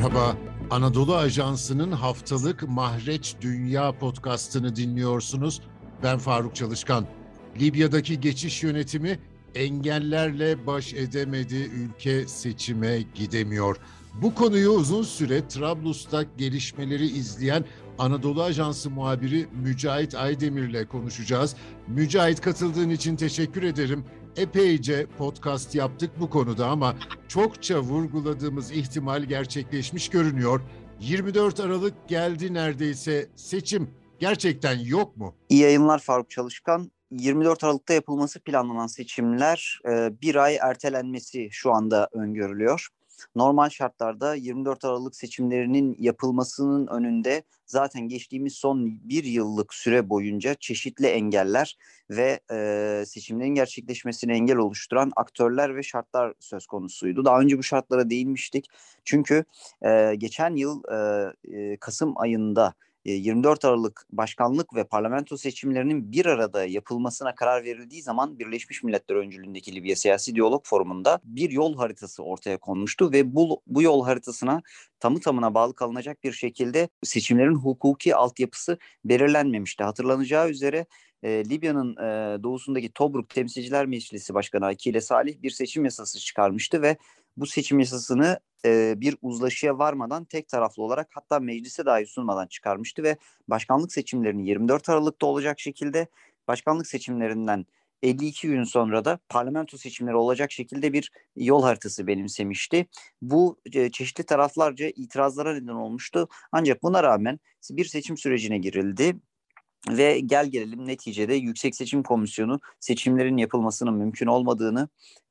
Merhaba, Anadolu Ajansı'nın haftalık Mahreç Dünya podcastını dinliyorsunuz. Ben Faruk Çalışkan. Libya'daki geçiş yönetimi engellerle baş edemedi, ülke seçime gidemiyor. Bu konuyu uzun süre Trablus'ta gelişmeleri izleyen Anadolu Ajansı muhabiri Mücahit Aydemir'le konuşacağız. Mücahit, katıldığın için teşekkür ederim. Epeyce podcast yaptık bu konuda ama çokça vurguladığımız ihtimal gerçekleşmiş görünüyor. 24 Aralık geldi neredeyse. Seçim gerçekten yok mu? İyi yayınlar Faruk Çalışkan. 24 Aralık'ta yapılması planlanan seçimler bir ay ertelenmesi şu anda öngörülüyor. Normal şartlarda 24 Aralık seçimlerinin yapılmasının önünde zaten geçtiğimiz son bir yıllık süre boyunca çeşitli engeller ve seçimlerin gerçekleşmesine engel oluşturan aktörler ve şartlar söz konusuydu. Daha önce bu şartlara değinmiştik. Çünkü geçen yıl Kasım ayında 24 Aralık başkanlık ve parlamento seçimlerinin bir arada yapılmasına karar verildiği zaman Birleşmiş Milletler öncülüğündeki Libya Siyasi Diyalog Forumu'nda bir yol haritası ortaya konmuştu ve bu yol haritasına tamı tamına bağlı kalınacak bir şekilde seçimlerin hukuki altyapısı belirlenmemişti. Hatırlanacağı üzere Libya'nın doğusundaki Tobruk Temsilciler Meclisi Başkanı Akile Salih bir seçim yasası çıkarmıştı ve bu seçim yasasını bir uzlaşıya varmadan tek taraflı olarak hatta meclise dahi sunmadan çıkarmıştı ve başkanlık seçimlerinin 24 Aralık'ta olacak şekilde başkanlık seçimlerinden 52 gün sonra da parlamento seçimleri olacak şekilde bir yol haritası benimsemişti. Bu çeşitli taraflarca itirazlara neden olmuştu. Ancak buna rağmen bir seçim sürecine girildi. Ve gel gelelim neticede Yüksek Seçim Komisyonu seçimlerin yapılmasının mümkün olmadığını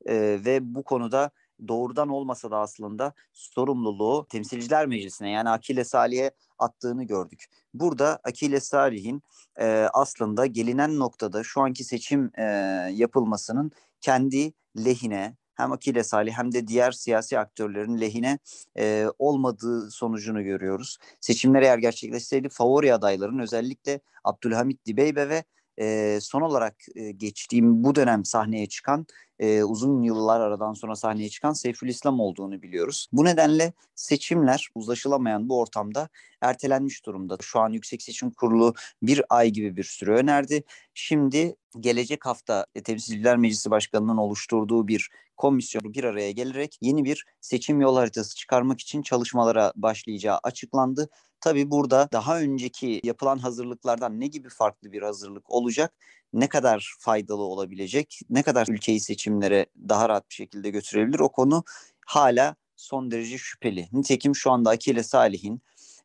ve bu konuda doğrudan olmasa da aslında sorumluluğu Temsilciler Meclisi'ne yani Akile Salih'e attığını gördük. Burada Akile Salih'in aslında gelinen noktada şu anki seçim yapılmasının kendi lehine hem Akile Salih hem de diğer siyasi aktörlerin lehine olmadığı sonucunu görüyoruz. Seçimler eğer gerçekleşseydi favori adayların özellikle Abdülhamit Dibeybe ve son olarak geçtiğim bu dönem sahneye çıkan uzun yıllar aradan sonra sahneye çıkan Seyfülislam olduğunu biliyoruz. Bu nedenle seçimler uzlaşılamayan bu ortamda ertelenmiş durumda. Şu an Yüksek Seçim Kurulu bir ay gibi bir süre önerdi. Şimdi gelecek hafta Temsilciler Meclisi Başkanı'nın oluşturduğu bir komisyon bir araya gelerek yeni bir seçim yol haritası çıkarmak için çalışmalara başlayacağı açıklandı. Tabii burada daha önceki yapılan hazırlıklardan ne gibi farklı bir hazırlık olacak, ne kadar faydalı olabilecek, ne kadar ülkeyi seçimlere daha rahat bir şekilde götürebilir o konu hala son derece şüpheli. Nitekim şu anda Akile Salih'in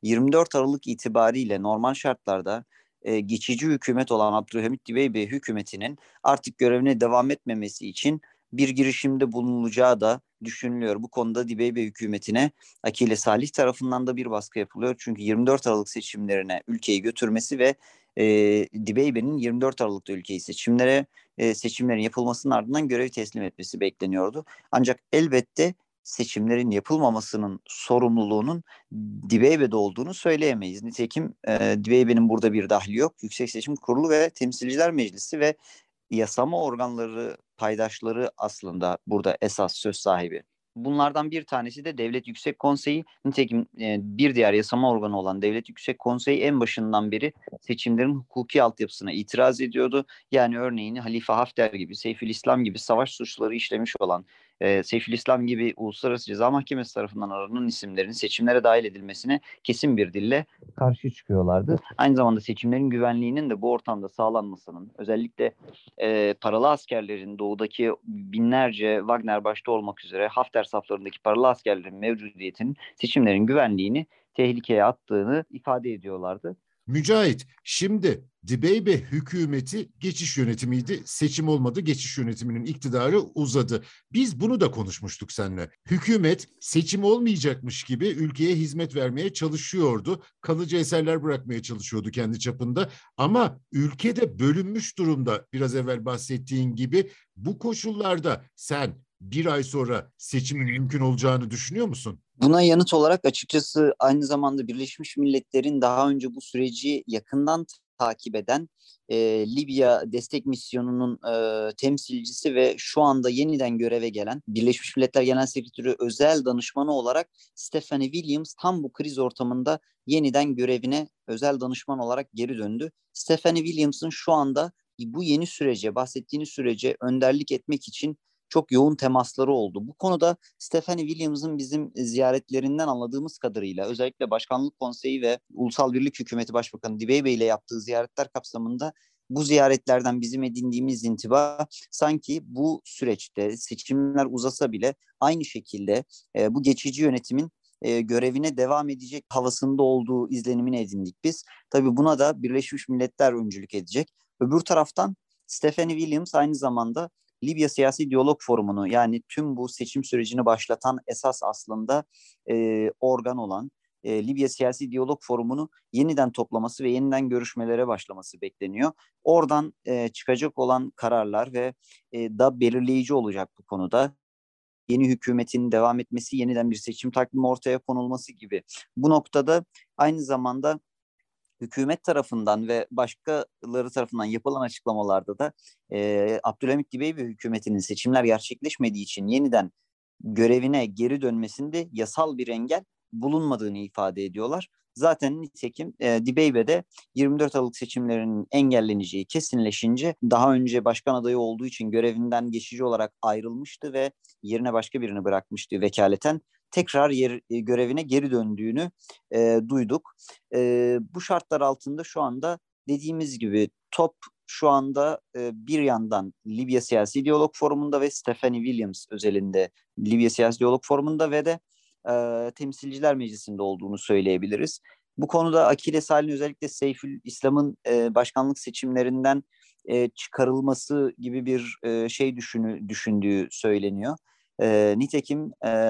24 Aralık itibariyle normal şartlarda geçici hükümet olan Abdülhamit Dibeybe hükümetinin artık görevine devam etmemesi için bir girişimde bulunulacağı da düşünülüyor. Bu konuda Dibeybe hükümetine Akile Salih tarafından da bir baskı yapılıyor. Çünkü 24 Aralık seçimlerine ülkeyi götürmesi ve Dibeybe'nin 24 Aralık'ta ülkeyi seçimlerin yapılmasının ardından görevi teslim etmesi bekleniyordu. Ancak elbette seçimlerin yapılmamasının sorumluluğunun Dibeybe'de olduğunu söyleyemeyiz. Nitekim Dibeybe'nin burada bir dahli yok. Yüksek Seçim Kurulu ve Temsilciler Meclisi ve yasama organları paydaşları aslında burada esas söz sahibi. Bunlardan bir tanesi de Devlet Yüksek Konseyi. Nitekim bir diğer yasama organı olan Devlet Yüksek Konseyi en başından beri seçimlerin hukuki altyapısına itiraz ediyordu. Yani örneğin Halife Hafter gibi, Seyfülislam gibi savaş suçları işlemiş olan, Seyfülislam gibi Uluslararası Ceza Mahkemesi tarafından aranan isimlerin seçimlere dahil edilmesine kesin bir dille karşı çıkıyorlardı. Aynı zamanda seçimlerin güvenliğinin de bu ortamda sağlanmasının, özellikle paralı askerlerin doğudaki binlerce Wagner başta olmak üzere Hafter saflarındaki paralı askerlerin mevcudiyetinin seçimlerin güvenliğini tehlikeye attığını ifade ediyorlardı. Mücahit, şimdi Dibeybe hükümeti geçiş yönetimiydi. Seçim olmadı, geçiş yönetiminin iktidarı uzadı. Biz bunu da konuşmuştuk seninle. Hükümet seçim olmayacakmış gibi ülkeye hizmet vermeye çalışıyordu. Kalıcı eserler bırakmaya çalışıyordu kendi çapında. Ama ülkede bölünmüş durumda, biraz evvel bahsettiğin gibi. Bu koşullarda sen bir ay sonra seçimin mümkün olacağını düşünüyor musun? Buna yanıt olarak açıkçası aynı zamanda Birleşmiş Milletler'in daha önce bu süreci yakından takip eden Libya destek misyonunun temsilcisi ve şu anda yeniden göreve gelen Birleşmiş Milletler Genel Sekreteri özel danışmanı olarak Stephanie Williams tam bu kriz ortamında yeniden görevine özel danışman olarak geri döndü. Stephanie Williams'ın şu anda bu yeni sürece, bahsettiğiniz sürece önderlik etmek için çok yoğun temasları oldu. Bu konuda Stephanie Williams'ın bizim ziyaretlerinden anladığımız kadarıyla özellikle Başkanlık Konseyi ve Ulusal Birlik Hükümeti Başbakanı Dibeybe ile yaptığı ziyaretler kapsamında bu ziyaretlerden bizim edindiğimiz intiba sanki bu süreçte seçimler uzasa bile aynı şekilde bu geçici yönetimin görevine devam edecek havasında olduğu izlenimini edindik biz. Tabii buna da Birleşmiş Milletler öncülük edecek. Öbür taraftan Stephanie Williams aynı zamanda Libya Siyasi Diyalog Forumu'nu, yani tüm bu seçim sürecini başlatan esas aslında organ olan Libya Siyasi Diyalog Forumu'nu yeniden toplaması ve yeniden görüşmelere başlaması bekleniyor. Oradan çıkacak olan kararlar ve da belirleyici olacak bu konuda. Yeni hükümetin devam etmesi, yeniden bir seçim takvimi ortaya konulması gibi. Bu noktada aynı zamanda hükümet tarafından ve başkaları tarafından yapılan açıklamalarda da Abdülhamit Dibeybe hükümetinin seçimler gerçekleşmediği için yeniden görevine geri dönmesinde yasal bir engel bulunmadığını ifade ediyorlar. Zaten nitekim Dibeybe de 24 Aralık seçimlerinin engelleneceği kesinleşince daha önce başkan adayı olduğu için görevinden geçici olarak ayrılmıştı ve yerine başka birini bırakmıştı vekaleten. Tekrar görevine geri döndüğünü duyduk. Bu şartlar altında şu anda dediğimiz gibi top şu anda bir yandan Libya Siyasi Diyalog Forumu'nda ve Stephanie Williams özelinde Libya Siyasi Diyalog Forumu'nda ve de Temsilciler Meclisi'nde olduğunu söyleyebiliriz. Bu konuda Akile Salih'in özellikle Seyfülislam'ın başkanlık seçimlerinden çıkarılması gibi bir şey düşündüğü söyleniyor. Nitekim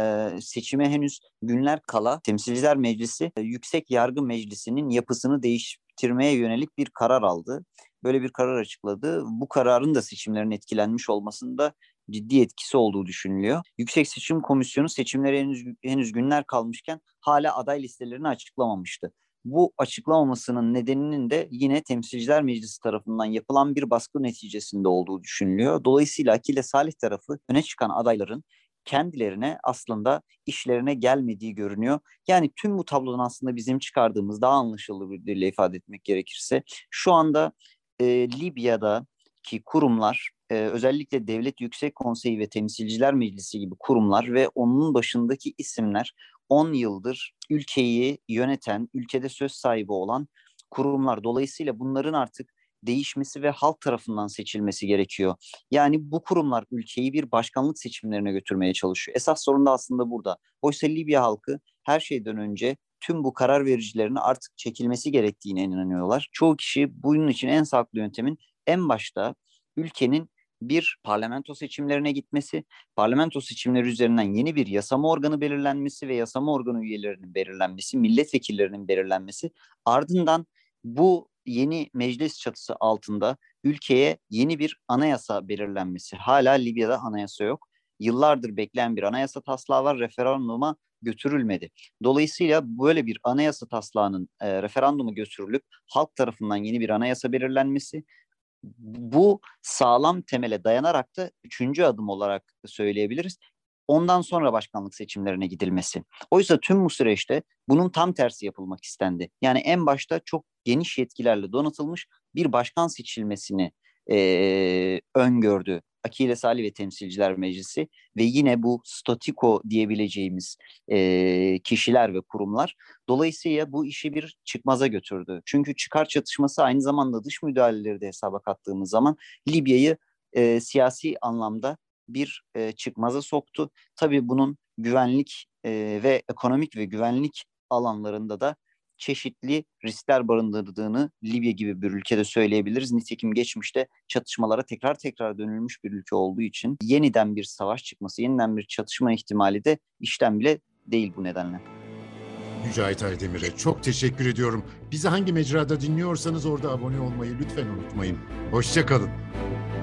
seçime henüz günler kala Temsilciler Meclisi Yüksek Yargı Meclisi'nin yapısını değiştirmeye yönelik bir karar aldı. Böyle bir karar açıkladı. Bu kararın da seçimlerin etkilenmiş olmasında ciddi etkisi olduğu düşünülüyor. Yüksek Seçim Komisyonu seçimlere henüz günler kalmışken hala aday listelerini açıklamamıştı. Bu açıklamamasının nedeninin de yine Temsilciler Meclisi tarafından yapılan bir baskı neticesinde olduğu düşünülüyor. Dolayısıyla Akile Salih tarafı öne çıkan adayların kendilerine aslında işlerine gelmediği görünüyor. Yani tüm bu tablodan aslında bizim çıkardığımız, daha anlaşılır bir dille ifade etmek gerekirse, şu anda Libya'daki kurumlar, özellikle Devlet Yüksek Konseyi ve Temsilciler Meclisi gibi kurumlar ve onun başındaki isimler 10 yıldır ülkeyi yöneten, ülkede söz sahibi olan kurumlar. Dolayısıyla bunların artık değişmesi ve halk tarafından seçilmesi gerekiyor. Yani bu kurumlar ülkeyi bir başkanlık seçimlerine götürmeye çalışıyor. Esas sorun da aslında burada. Oysa Libya halkı her şeyden önce tüm bu karar vericilerin artık çekilmesi gerektiğine inanıyorlar. Çoğu kişi bunun için en sağlıklı yöntemin en başta ülkenin bir parlamento seçimlerine gitmesi, parlamento seçimleri üzerinden yeni bir yasama organı belirlenmesi ve yasama organı üyelerinin belirlenmesi, milletvekillerinin belirlenmesi, ardından bu yeni meclis çatısı altında ülkeye yeni bir anayasa belirlenmesi. Hala Libya'da anayasa yok. Yıllardır bekleyen bir anayasa taslağı var, referanduma götürülmedi. Dolayısıyla böyle bir anayasa taslağının referanduma götürülüp halk tarafından yeni bir anayasa belirlenmesi, bu sağlam temele dayanarak da üçüncü adım olarak söyleyebiliriz. Ondan sonra başkanlık seçimlerine gidilmesi. Oysa tüm bu süreçte bunun tam tersi yapılmak istendi. Yani en başta çok geniş yetkilerle donatılmış bir başkan seçilmesini öngördü Akile Salih ve Temsilciler Meclisi ve yine bu statiko diyebileceğimiz kişiler ve kurumlar. Dolayısıyla bu işi bir çıkmaza götürdü. Çünkü çıkar çatışması aynı zamanda dış müdahaleleri de hesaba kattığımız zaman Libya'yı siyasi anlamda bir çıkmaza soktu. Tabii bunun güvenlik ve ekonomik ve güvenlik alanlarında da çeşitli riskler barındırdığını Libya gibi bir ülkede söyleyebiliriz. Nitekim geçmişte çatışmalara tekrar dönülmüş bir ülke olduğu için yeniden bir savaş çıkması, yeniden bir çatışma ihtimali de işten bile değil bu nedenle. Mücahit Aydemir'e çok teşekkür ediyorum. Bizi hangi mecrada dinliyorsanız orada abone olmayı lütfen unutmayın. Hoşça kalın.